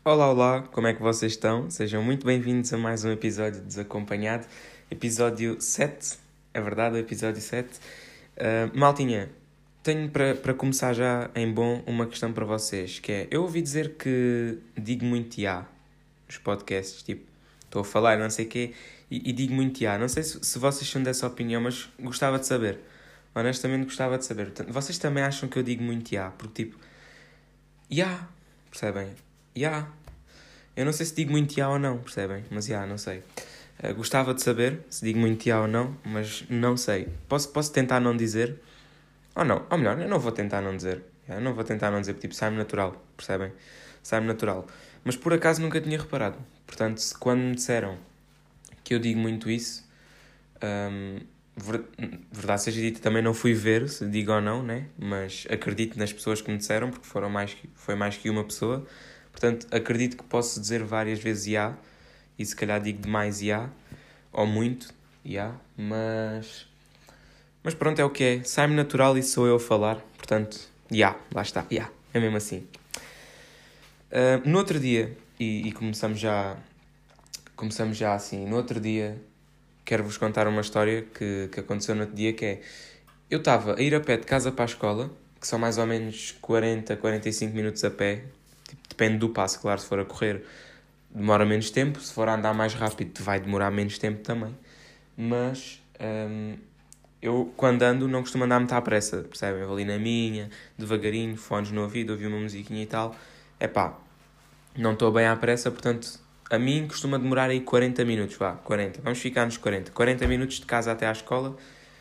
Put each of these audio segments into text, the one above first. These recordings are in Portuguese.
Olá, olá, como é que vocês estão? Sejam muito bem-vindos a mais um episódio de Desacompanhado. Episódio 7, é verdade, o episódio 7. Maltinha, tenho para começar já em bom uma questão para vocês, que é, eu ouvi dizer que digo muito já nos podcasts, tipo, estou a falar não sei o quê e digo muito já. Não sei se vocês são dessa opinião, mas gostava de saber. Honestamente gostava de saber. Portanto, vocês também acham que eu digo muito já? Porque tipo, já, percebem? Já. Eu não sei se digo muito já ou não, percebem? Mas já, não sei. Gostava de saber se digo muito já ou não, mas não sei. Posso tentar não dizer? Ou não? Ou melhor, eu não vou tentar não dizer. Eu não vou tentar não dizer, porque tipo, sai-me natural, percebem? Sai-me natural. Mas por acaso nunca tinha reparado. Portanto, quando me disseram que eu digo muito isso, hum, verdade seja dita, também não fui ver se digo ou não, né? Mas acredito nas pessoas que me disseram, porque foi mais que uma pessoa. Portanto, acredito que posso dizer várias vezes já, e se calhar digo demais já, ou muito já, mas pronto, é o que é. Sai-me natural e sou eu a falar, portanto, já, lá está, já, é mesmo assim. No outro dia, e começamos já assim, no outro dia, quero-vos contar uma história que aconteceu no outro dia, que é, eu estava a ir a pé de casa para a escola, que são mais ou menos 45 minutos a pé, tipo, depende do passo, claro, se for a correr demora menos tempo, se for a andar mais rápido vai demorar menos tempo também, mas eu quando ando não costumo andar muito à pressa, percebem? Eu vou ali na minha, devagarinho, fones no ouvido, ouvir uma musiquinha e tal, epá, não estou bem à pressa, portanto, a mim costuma demorar aí 40 minutos, vá, 40, vamos ficar nos 40 minutos de casa até à escola.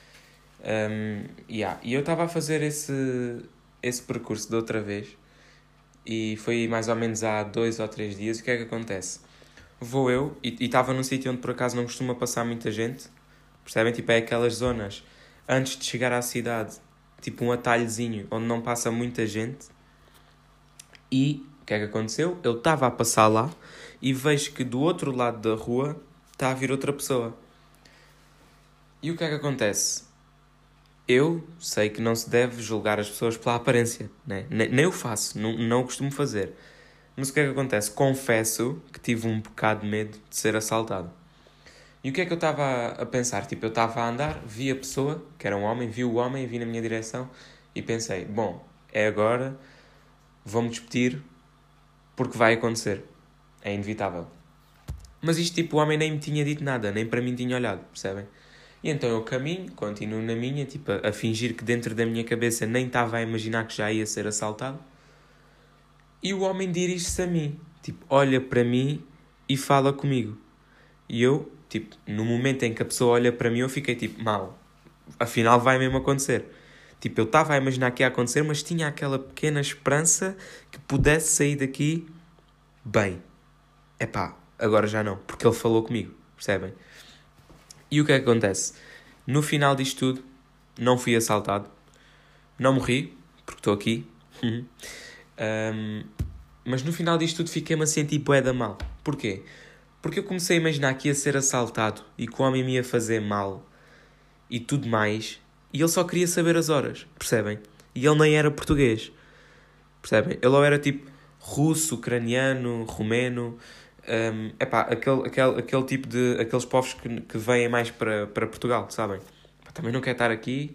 E eu estava a fazer esse percurso de outra vez e foi mais ou menos há 2 ou 3 dias. O que é que acontece? Vou eu e estava num sítio onde por acaso não costuma passar muita gente, percebem? Tipo, é aquelas zonas antes de chegar à cidade, tipo um atalhozinho onde não passa muita gente. E o que é que aconteceu? Eu estava a passar lá e vejo que do outro lado da rua está a vir outra pessoa. E o que é que acontece? Eu sei que não se deve julgar as pessoas pela aparência, né? Nem eu faço, não costumo fazer. Mas o que é que acontece? Confesso que tive um bocado de medo de ser assaltado. E o que é que eu estava a pensar? Tipo, eu estava a andar, vi a pessoa, que era um homem, vi o homem, vi na minha direção e pensei, bom, é agora, vou-me despedir porque vai acontecer. É inevitável. Mas isto, tipo, o homem nem me tinha dito nada, nem para mim tinha olhado, percebem? E então eu caminho, continuo na minha, tipo, a fingir que dentro da minha cabeça nem estava a imaginar que já ia ser assaltado. E o homem dirige-se a mim, tipo, olha para mim e fala comigo. E eu, tipo, no momento em que a pessoa olha para mim, eu fiquei tipo, mal, afinal vai mesmo acontecer. Tipo, eu estava a imaginar que ia acontecer, mas tinha aquela pequena esperança que pudesse sair daqui bem. Epá, agora já não, porque ele falou comigo, percebem? E o que é que acontece? No final disto tudo, não fui assaltado, não morri, porque estou aqui. Mas no final disto tudo fiquei-me a sentir bué da mal. Porquê? Porque eu comecei a imaginar que ia ser assaltado e que o homem me ia fazer mal e tudo mais. E ele só queria saber as horas, percebem? E ele nem era português, percebem? Ele ou era tipo russo, ucraniano, romeno. Aquele tipo de... Aqueles povos que vêm mais para Portugal, sabem? Também não quero estar aqui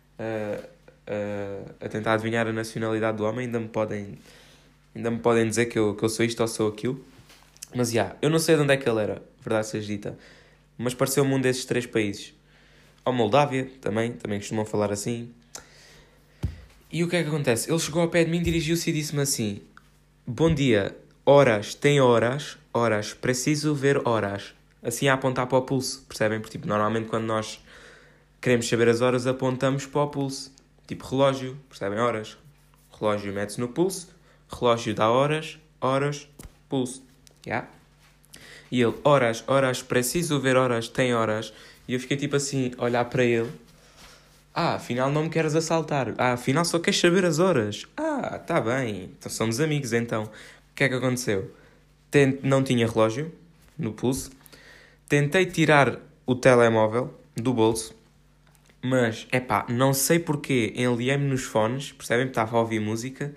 a tentar adivinhar a nacionalidade do homem. Ainda me podem dizer que eu sou isto ou sou aquilo. Mas, eu não sei de onde é que ele era, verdade seja dita. Mas pareceu-me um desses 3 países. Ou Moldávia, também costumam falar assim. E o que é que acontece? Ele chegou ao pé de mim, dirigiu-se e disse-me assim: bom dia, horas, tem horas, horas, preciso ver horas. Assim a apontar para o pulso, percebem? Porque tipo, normalmente quando nós queremos saber as horas, apontamos para o pulso. Tipo relógio, percebem? Horas. Relógio mete-se no pulso, relógio dá horas, horas, pulso. Yeah? E ele, horas, horas, preciso ver horas, tem horas. E eu fiquei tipo assim, a olhar para ele. Afinal não me queres assaltar. Afinal só queres saber as horas. Tá bem. Então somos amigos então. O que é que aconteceu? Não tinha relógio no pulso. Tentei tirar o telemóvel do bolso. Mas, não sei porquê, enliei-me nos fones. Percebem? Estava a ouvir música.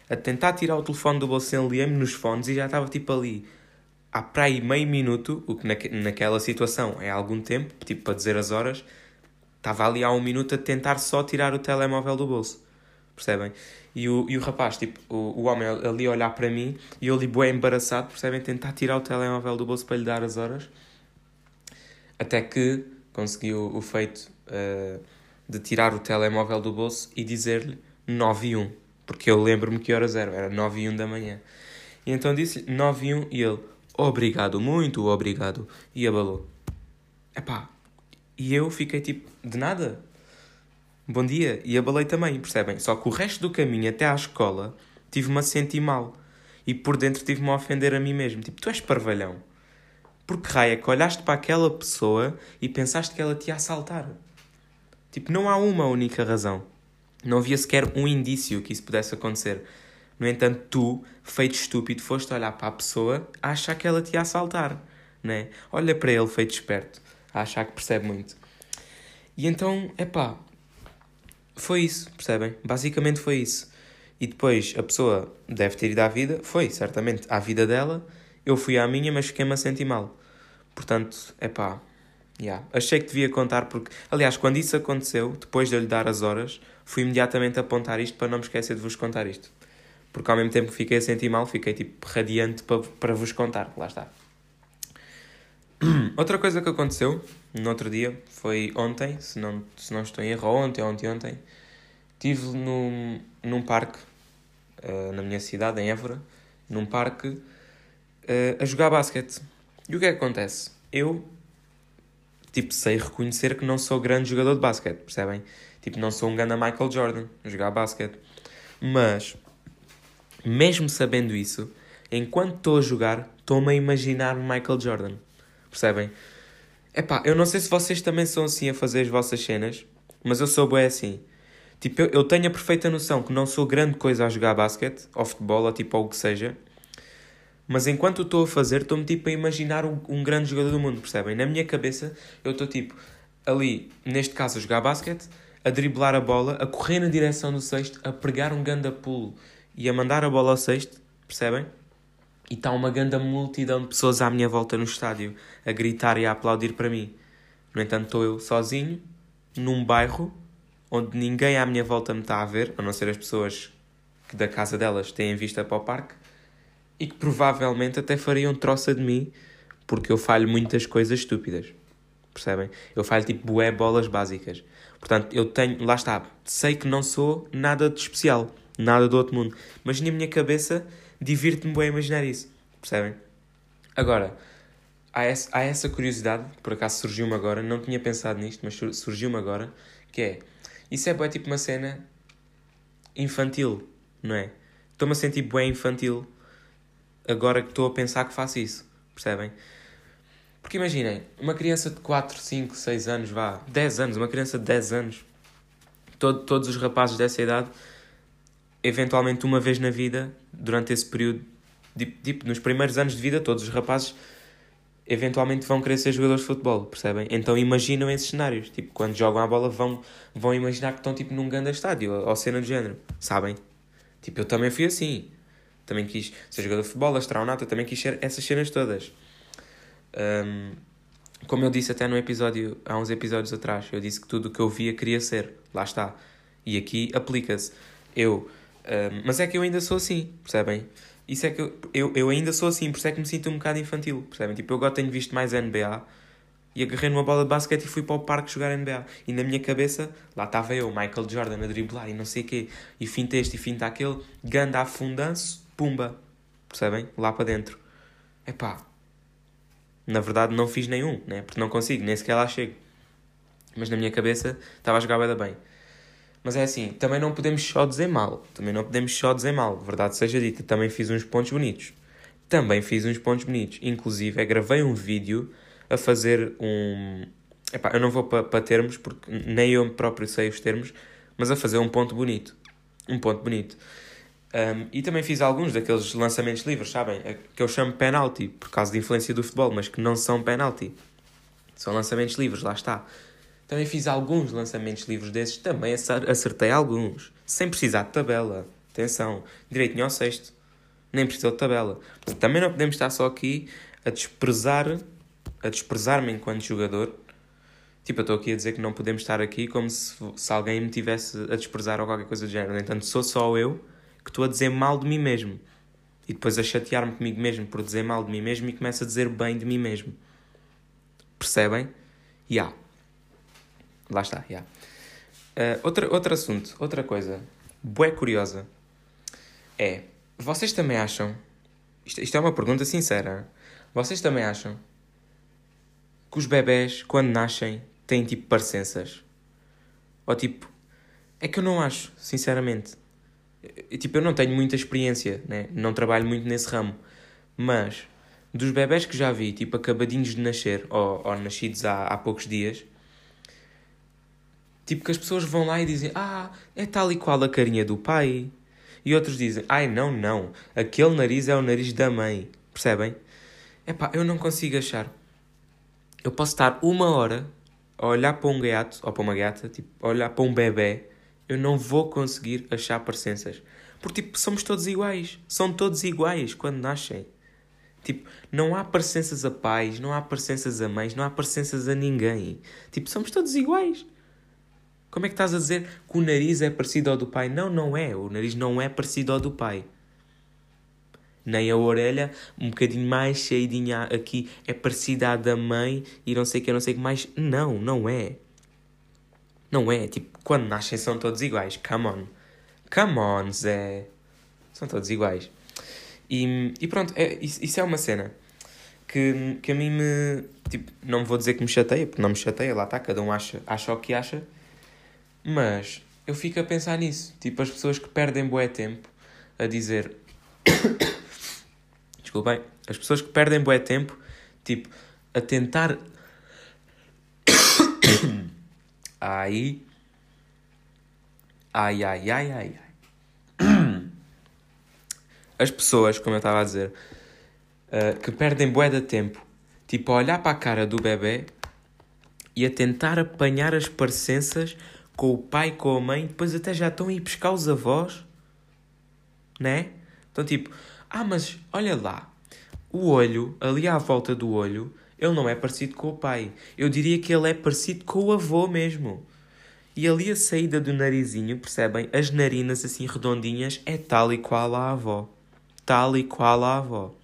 a tentar tirar o telefone do bolso, enliei-me nos fones e já estava tipo ali há para aí meio minuto, o que naquela situação é algum tempo, tipo para dizer as horas, estava ali há um minuto a tentar só tirar o telemóvel do bolso. Percebem? E o rapaz, tipo, o homem ali a olhar para mim e eu ali bué embaraçado, percebem? Tentar tirar o telemóvel do bolso para lhe dar as horas. Até que conseguiu o feito de tirar o telemóvel do bolso e dizer-lhe 9:01. Porque eu lembro-me que horas era 9:01 da manhã. E então disse-lhe 9:01 e ele, obrigado, muito obrigado. E abalou. Epá, e eu fiquei tipo, de nada. Bom dia. E abalei também, percebem? Só que o resto do caminho até à escola tive-me a sentir mal. E por dentro tive-me a ofender a mim mesmo. Tipo, tu és parvalhão. Por que raio é que olhaste para aquela pessoa e pensaste que ela te ia assaltar? Tipo, não há uma única razão. Não havia sequer um indício que isso pudesse acontecer. No entanto, tu, feito estúpido, foste olhar para a pessoa a achar que ela te ia assaltar, né? Olha para ele, feito esperto, a achar que percebe muito. E então, foi isso, percebem? Basicamente foi isso. E depois a pessoa deve ter ido à vida, foi, certamente, à vida dela. Eu fui à minha, mas fiquei-me a sentir mal. Portanto, achei que devia contar porque... Aliás, quando isso aconteceu, depois de eu lhe dar as horas, fui imediatamente apontar isto para não me esquecer de vos contar isto. Porque ao mesmo tempo que fiquei a sentir mal, fiquei tipo radiante para vos contar. Lá está. Outra coisa que aconteceu no outro dia foi ontem, se não estou em erro, ontem. Estive num parque, na minha cidade, em Évora, num parque, a jogar basquete. E o que é que acontece? Eu, tipo, sei reconhecer que não sou grande jogador de basquete, percebem? Tipo, não sou um grande Michael Jordan a jogar basquete. Mas, mesmo sabendo isso, enquanto estou a jogar, estou-me a imaginar Michael Jordan. Percebem? Eu não sei se vocês também são assim a fazer as vossas cenas, mas eu sou bué assim. Tipo, eu tenho a perfeita noção que não sou grande coisa a jogar basquete, ou futebol, ou tipo, ou o que seja. Mas enquanto estou a fazer, estou-me tipo a imaginar um grande jogador do mundo, percebem? Na minha cabeça, eu estou tipo, ali, neste caso, a jogar basquete, a driblar a bola, a correr na direção do cesto, a pregar um ganda pulo e a mandar a bola ao cesto, percebem? E está uma grande multidão de pessoas à minha volta no estádio, a gritar e a aplaudir para mim. No entanto, estou eu sozinho, num bairro, onde ninguém à minha volta me está a ver, a não ser as pessoas que da casa delas têm vista para o parque, e que provavelmente até fariam troça de mim, porque eu falho muitas coisas estúpidas. Percebem? Eu falho tipo bué bolas básicas. Portanto, eu tenho... Lá está. Sei que não sou nada de especial. Nada do outro mundo. Mas na minha cabeça, divirto-me bué a imaginar isso. Percebem? Agora, há essa curiosidade, por acaso surgiu-me agora, não tinha pensado nisto, mas surgiu-me agora, que é... Isso é bué tipo uma cena infantil, não é? Estou-me a sentir bué infantil agora que estou a pensar que faço isso. Percebem? Porque imaginem, uma criança de 4, 5, 6 anos, 10 anos, uma criança de 10 anos, todos os rapazes dessa idade, eventualmente uma vez na vida, durante esse período, tipo, nos primeiros anos de vida, todos os rapazes eventualmente vão querer ser jogadores de futebol, percebem? Então imaginam esses cenários, tipo, quando jogam a bola vão imaginar que estão tipo num grande estádio, ou cena do género, sabem? Tipo, eu também fui assim. Também quis ser jogador de futebol, astronauta, também quis ser essas cenas todas. Como eu disse até há uns episódios atrás, eu disse que tudo o que eu via queria ser. Lá está. E aqui aplica-se. Mas é que eu ainda sou assim, percebem? Isso é que eu ainda sou assim, por isso é que me sinto um bocado infantil, percebem? Tipo, eu agora tenho visto mais NBA e agarrei numa bola de basquete e fui para o parque jogar NBA. E na minha cabeça, lá estava eu, Michael Jordan, a driblar e não sei o quê. E finta este e finta aquele, ganda afundanço, pumba. Percebem? Lá para dentro. Na verdade não fiz nenhum, né? Porque não consigo, nem sequer lá chego. Mas na minha cabeça estava a jogar bem. Mas é assim, também não podemos só dizer mal. Verdade seja dita, também fiz uns pontos bonitos. Inclusive, gravei um vídeo a fazer um... eu não vou para termos, porque nem eu próprio sei os termos, mas a fazer um ponto bonito. E também fiz alguns daqueles lançamentos livres, sabem? Que eu chamo penalty, por causa da influência do futebol, mas que não são penalty. São lançamentos livres, lá está. Também fiz alguns lançamentos livres desses, também acertei alguns. Sem precisar de tabela. Atenção. Direitinho ao sexto. Nem precisou de tabela. Portanto, também não podemos estar só aqui a desprezar-me enquanto jogador. Tipo, eu estou aqui a dizer que não podemos estar aqui como se alguém me tivesse a desprezar ou qualquer coisa do género. No entanto, sou só eu que estou a dizer mal de mim mesmo. E depois a chatear-me comigo mesmo por dizer mal de mim mesmo e começo a dizer bem de mim mesmo. Percebem? Lá está, outro assunto, outra coisa bué curiosa é, vocês também acham, isto é uma pergunta sincera, vocês também acham que os bebés, quando nascem, têm tipo parecenças? Ou tipo, é que eu não acho, sinceramente. Tipo, eu não tenho muita experiência, né? Não trabalho muito nesse ramo, mas dos bebés que já vi, tipo, acabadinhos de nascer, ou nascidos há poucos dias, tipo, que as pessoas vão lá e dizem, é tal e qual a carinha do pai. E outros dizem, não, aquele nariz é o nariz da mãe. Percebem? Eu não consigo achar. Eu posso estar 1 hora a olhar para um gato, ou para uma gata, tipo, a olhar para um bebé, eu não vou conseguir achar parecenças. Porque, tipo, somos todos iguais. São todos iguais quando nascem. Tipo, não há parecenças a pais, não há parecenças a mães, não há parecenças a ninguém. Tipo, somos todos iguais. Como é que estás a dizer que o nariz é parecido ao do pai? Não, não é. O nariz não é parecido ao do pai. Nem a orelha, um bocadinho mais cheidinha aqui, é parecida à da mãe e não sei o que mais. Não, não é. Não é. Tipo, quando nascem são todos iguais. Come on. Come on, Zé. São todos iguais. E pronto, isso é uma cena que a mim me... Tipo, não vou dizer que me chateia, porque não me chateia, lá está, cada um acha o que acha. Mas eu fico a pensar nisso. Tipo, as pessoas que perdem bué tempo a dizer... Desculpem. As pessoas que perdem bué tempo, tipo, a tentar... Ai. As pessoas, como eu estava a dizer, que perdem bué de tempo, tipo, a olhar para a cara do bebé e a tentar apanhar as parecenças com o pai, com a mãe, depois até já estão a ir buscar os avós, né? Então, tipo, mas olha lá, o olho, ali à volta do olho, ele não é parecido com o pai. Eu diria que ele é parecido com o avô mesmo. E ali a saída do narizinho, percebem? As narinas assim redondinhas é tal e qual a avó. Tal e qual a avó.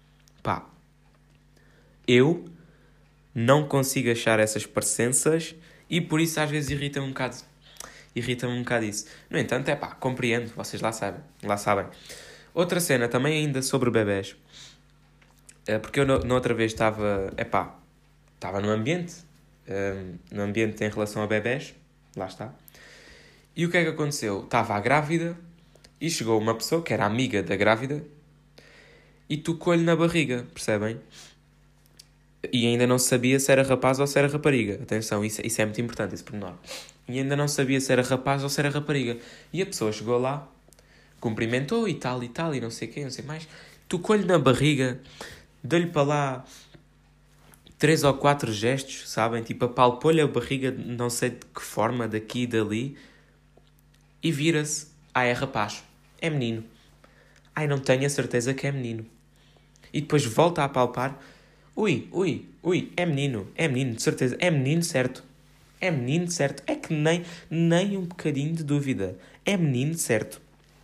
Eu não consigo achar essas parecenças e por isso às vezes irrita-me um bocado isso. No entanto, compreendo, vocês lá sabem. Outra cena também ainda sobre bebés. Porque eu na outra vez estava no ambiente em relação a bebés, lá está. E o que é que aconteceu? Estava a grávida e chegou uma pessoa que era amiga da grávida e tocou-lhe na barriga, percebem? E ainda não sabia se era rapaz ou se era rapariga. Atenção, isso é muito importante, esse pormenor. E ainda não sabia se era rapaz ou se era rapariga. E a pessoa chegou lá, cumprimentou e tal, e não sei o quê, não sei mais. Tocou-lhe na barriga, deu-lhe para lá 3 ou 4 gestos, sabem? Tipo, apalpou-lhe a barriga, não sei de que forma, daqui e dali. E vira-se. É rapaz. É menino. Não tenho a certeza que é menino. E depois volta a apalpar. Ui, é menino, de certeza. É menino, certo. É que nem um bocadinho de dúvida. É menino, certo.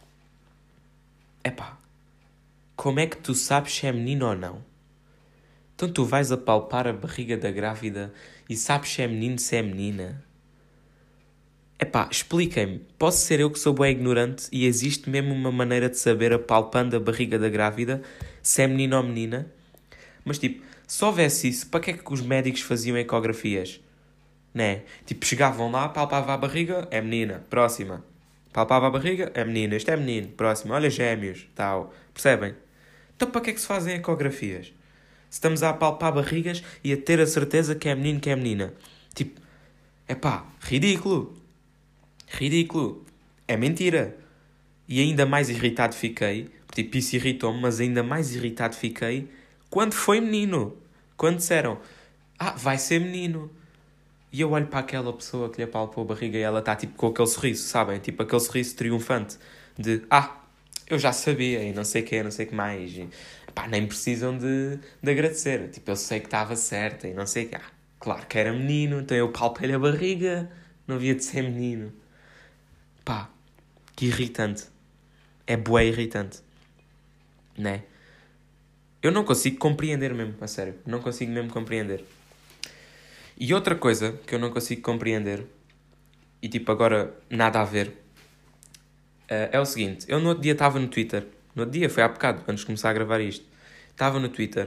Como é que tu sabes se é menino ou não? Então tu vais apalpar a barriga da grávida e sabes se é menino, se é menina? Expliquem-me. Posso ser eu que sou bem ignorante e existe mesmo uma maneira de saber apalpando a barriga da grávida se é menino ou menina? Mas tipo, se houvesse isso, para que é que os médicos faziam ecografias? Né? Tipo, chegavam lá, palpava a barriga, é menina, próxima. Palpava a barriga, é menina, este é menino, próximo, olha gêmeos, tal. Percebem? Então para que é que se fazem ecografias? Se estamos a apalpar barrigas e a ter a certeza que é menino, que é menina. Tipo, ridículo. Ridículo. É mentira. E ainda mais irritado fiquei, tipo, isso irritou-me, mas ainda mais irritado fiquei quando foi menino. Quando disseram, vai ser menino. E eu olho para aquela pessoa que lhe apalpou a barriga e ela está tipo com aquele sorriso, sabem? Tipo aquele sorriso triunfante de, eu já sabia, e não sei o que, não sei o que mais. E, pá, nem precisam de agradecer. Tipo, eu sei que estava certa e não sei o que. Claro que era menino, então eu palpei-lhe a barriga, não havia de ser menino. Pá, que irritante. É bué irritante. Né? Eu não consigo compreender mesmo, a sério. Não consigo mesmo compreender. E outra coisa que eu não consigo compreender, e tipo agora nada a ver, é o seguinte. Eu no outro dia estava no Twitter. No outro dia, foi há bocado, antes de começar a gravar isto. Estava no Twitter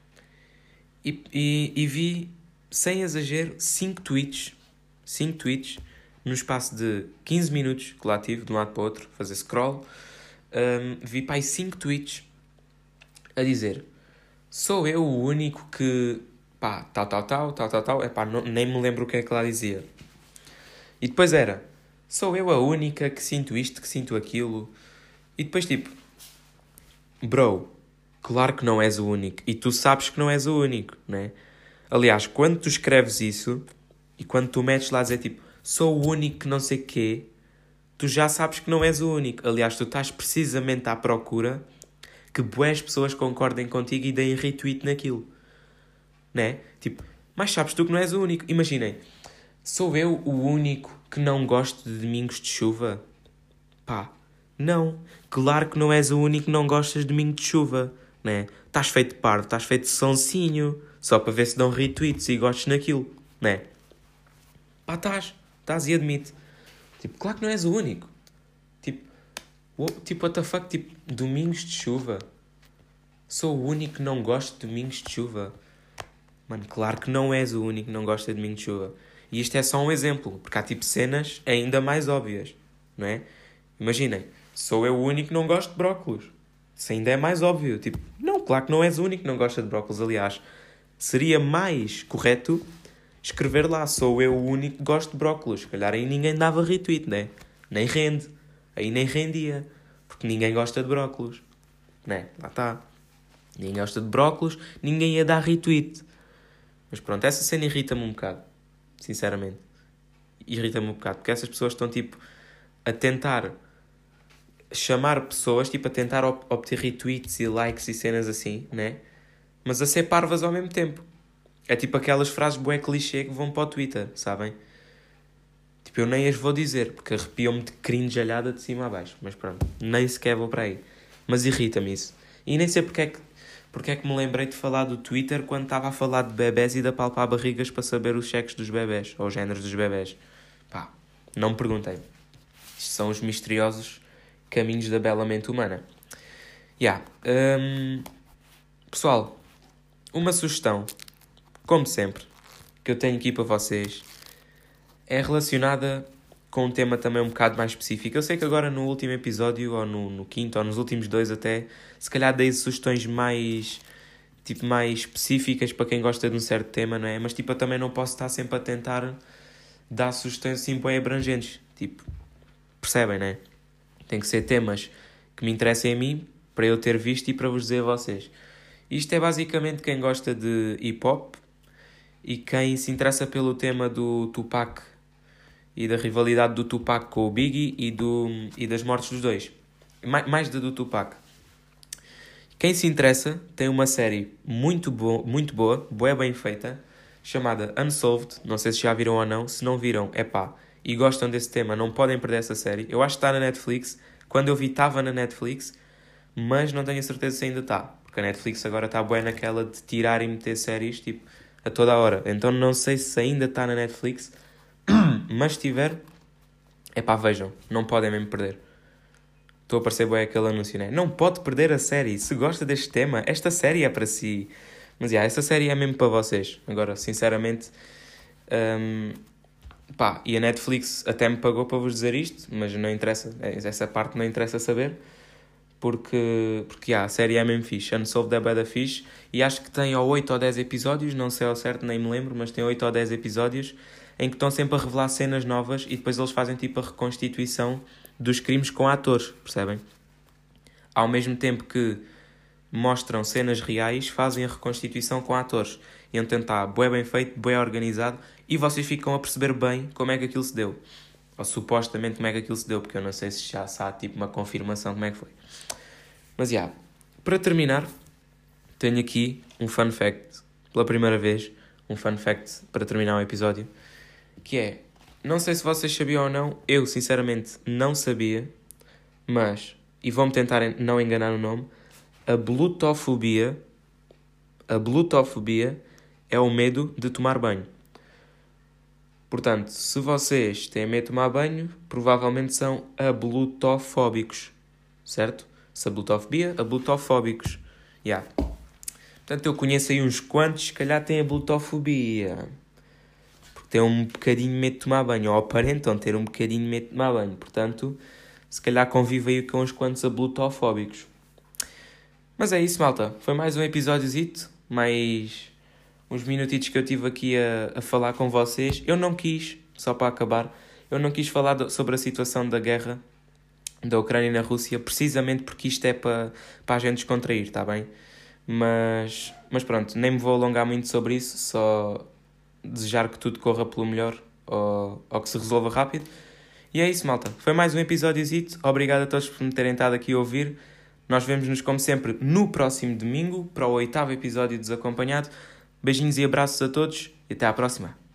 e vi, sem exagero, 5 tweets. 5 tweets no espaço de 15 minutos que lá tive, de um lado para o outro, fazer scroll. Vi pá, 5 tweets a dizer: sou eu o único que pá, tal, epá, nem me lembro o que é que lá dizia. E depois era: sou eu a única que sinto isto, que sinto aquilo. E depois tipo: bro, claro que não és o único. E tu sabes que não és o único, né? Aliás, quando tu escreves isso e quando tu metes lá a dizer tipo: sou o único que não sei quê, tu já sabes que não és o único. Aliás, tu estás precisamente à procura que bués pessoas concordem contigo e deem retweet naquilo. Né? Tipo, mas sabes tu que não és o único. Imaginem, sou eu o único que não gosto de domingos de chuva? Pá, não. Claro que não és o único que não gostas de domingo de chuva, né? Estás feito parvo, estás feito sonsinho, só para ver se dão retweets e gostes naquilo, né? Pá, estás e admite. Tipo, claro que não és o único. Tipo, what the fuck, tipo, domingos de chuva. Sou o único que não gosto de domingos de chuva. Mano, claro que não és o único que não gosta de domingo de chuva. E isto é só um exemplo, porque há tipo cenas ainda mais óbvias, não é? Imaginem, sou eu o único que não gosto de brócolos. Isso ainda é mais óbvio. Tipo, não, claro que não és o único que não gosta de brócolos. Aliás, seria mais correto escrever lá: sou eu o único que gosto de brócolos. Se calhar aí ninguém dava retweet, né? Nem rende. Aí nem rendia. Porque ninguém gosta de brócolos. Né? Lá está. Ninguém gosta de brócolos, ninguém ia dar retweet. Mas pronto, essa cena irrita-me um bocado. Sinceramente. Irrita-me um bocado. Porque essas pessoas estão tipo a tentar chamar pessoas, tipo a tentar obter retweets e likes e cenas assim, né? Mas a ser parvas ao mesmo tempo. É tipo aquelas frases bué clichê que vão para o Twitter, sabem? Tipo, eu nem as vou dizer, porque arrepiam-me de cringe-alhada de cima a baixo. Mas pronto, nem sequer vou para aí. Mas irrita-me isso. E nem sei porque é que me lembrei de falar do Twitter quando estava a falar de bebés e de apalpar barrigas para saber os sexos dos bebés, ou os géneros dos bebés. Pá, não me perguntem. Isto são os misteriosos caminhos da bela mente humana. Pessoal, uma sugestão, como sempre, que eu tenho aqui para vocês é relacionada com um tema também um bocado mais específico. Eu sei que agora no último episódio, ou no quinto, ou nos últimos 2 até, se calhar dei sugestões mais específicas para quem gosta de um certo tema, não é? Mas tipo, eu também não posso estar sempre a tentar dar sugestões assim bem abrangentes. Tipo, percebem, não é? Tem que ser temas que me interessem a mim, para eu ter visto e para vos dizer a vocês. Isto é basicamente quem gosta de hip-hop e quem se interessa pelo tema do Tupac e da rivalidade do Tupac com o Biggie e das mortes dos dois. Mais do Tupac. Quem se interessa tem uma série muito boa, bem feita, chamada Unsolved. Não sei se já viram ou não. Se não viram, e gostam desse tema, não podem perder essa série. Eu acho que está na Netflix. Quando eu vi, estava na Netflix, mas não tenho a certeza se ainda está. Porque a Netflix agora está bué naquela de tirar e meter séries, tipo, a toda a hora. Então não sei se ainda está na Netflix, mas se tiver, vejam. Não podem mesmo perder. Estou a parecer bué aquele anúncio, né? Não pode perder a série. Se gosta deste tema, esta série é para si. Mas, essa série é mesmo para vocês. Agora, sinceramente... e a Netflix até me pagou para vos dizer isto, mas não interessa. Essa parte não interessa saber. Porque a série é mesmo fixe. Unsolved é bué da fixe. E acho que tem ou 8 ou 10 episódios. Não sei ao certo, nem me lembro. Mas tem 8 ou 10 episódios em que estão sempre a revelar cenas novas. E depois eles fazem tipo a reconstituição dos crimes com atores, percebem? Ao mesmo tempo que mostram cenas reais, fazem a reconstituição com atores. E então está bué bem feito, bué organizado, e vocês ficam a perceber bem como é que aquilo se deu. Ou supostamente como é que aquilo se deu, porque eu não sei se já há tipo uma confirmação como é que foi. Mas para terminar, tenho aqui um fun fact, pela primeira vez, um fun fact para terminar o episódio, que é, não sei se vocês sabiam ou não, eu sinceramente não sabia, mas, e vou-me tentar não enganar no nome, a blutofobia é o medo de tomar banho. Portanto, se vocês têm medo de tomar banho, provavelmente são ablutofóbicos, certo? Se a blutofobia, ablutofóbicos. Portanto, eu conheço aí uns quantos, se calhar têm a blutofobia. Porque têm um bocadinho de medo de tomar banho, ou aparentam ter um bocadinho de medo de tomar banho. Portanto, se calhar convive aí com uns quantos ablutofóbicos. Mas é isso, malta. Foi mais um episódiozito, mais uns minutitos que eu tive aqui a falar com vocês. Eu não quis, só para acabar, eu não quis falar sobre a situação da guerra da Ucrânia e na Rússia, precisamente porque isto é para a gente descontrair, está bem? Mas pronto, nem me vou alongar muito sobre isso, só desejar que tudo corra pelo melhor ou que se resolva rápido. E é isso, malta. Foi mais um episódiozito. Obrigado a todos por me terem estado aqui a ouvir. Nós vemos-nos, como sempre, no próximo domingo, para o 8º episódio Desacompanhado. Beijinhos e abraços a todos e até à próxima.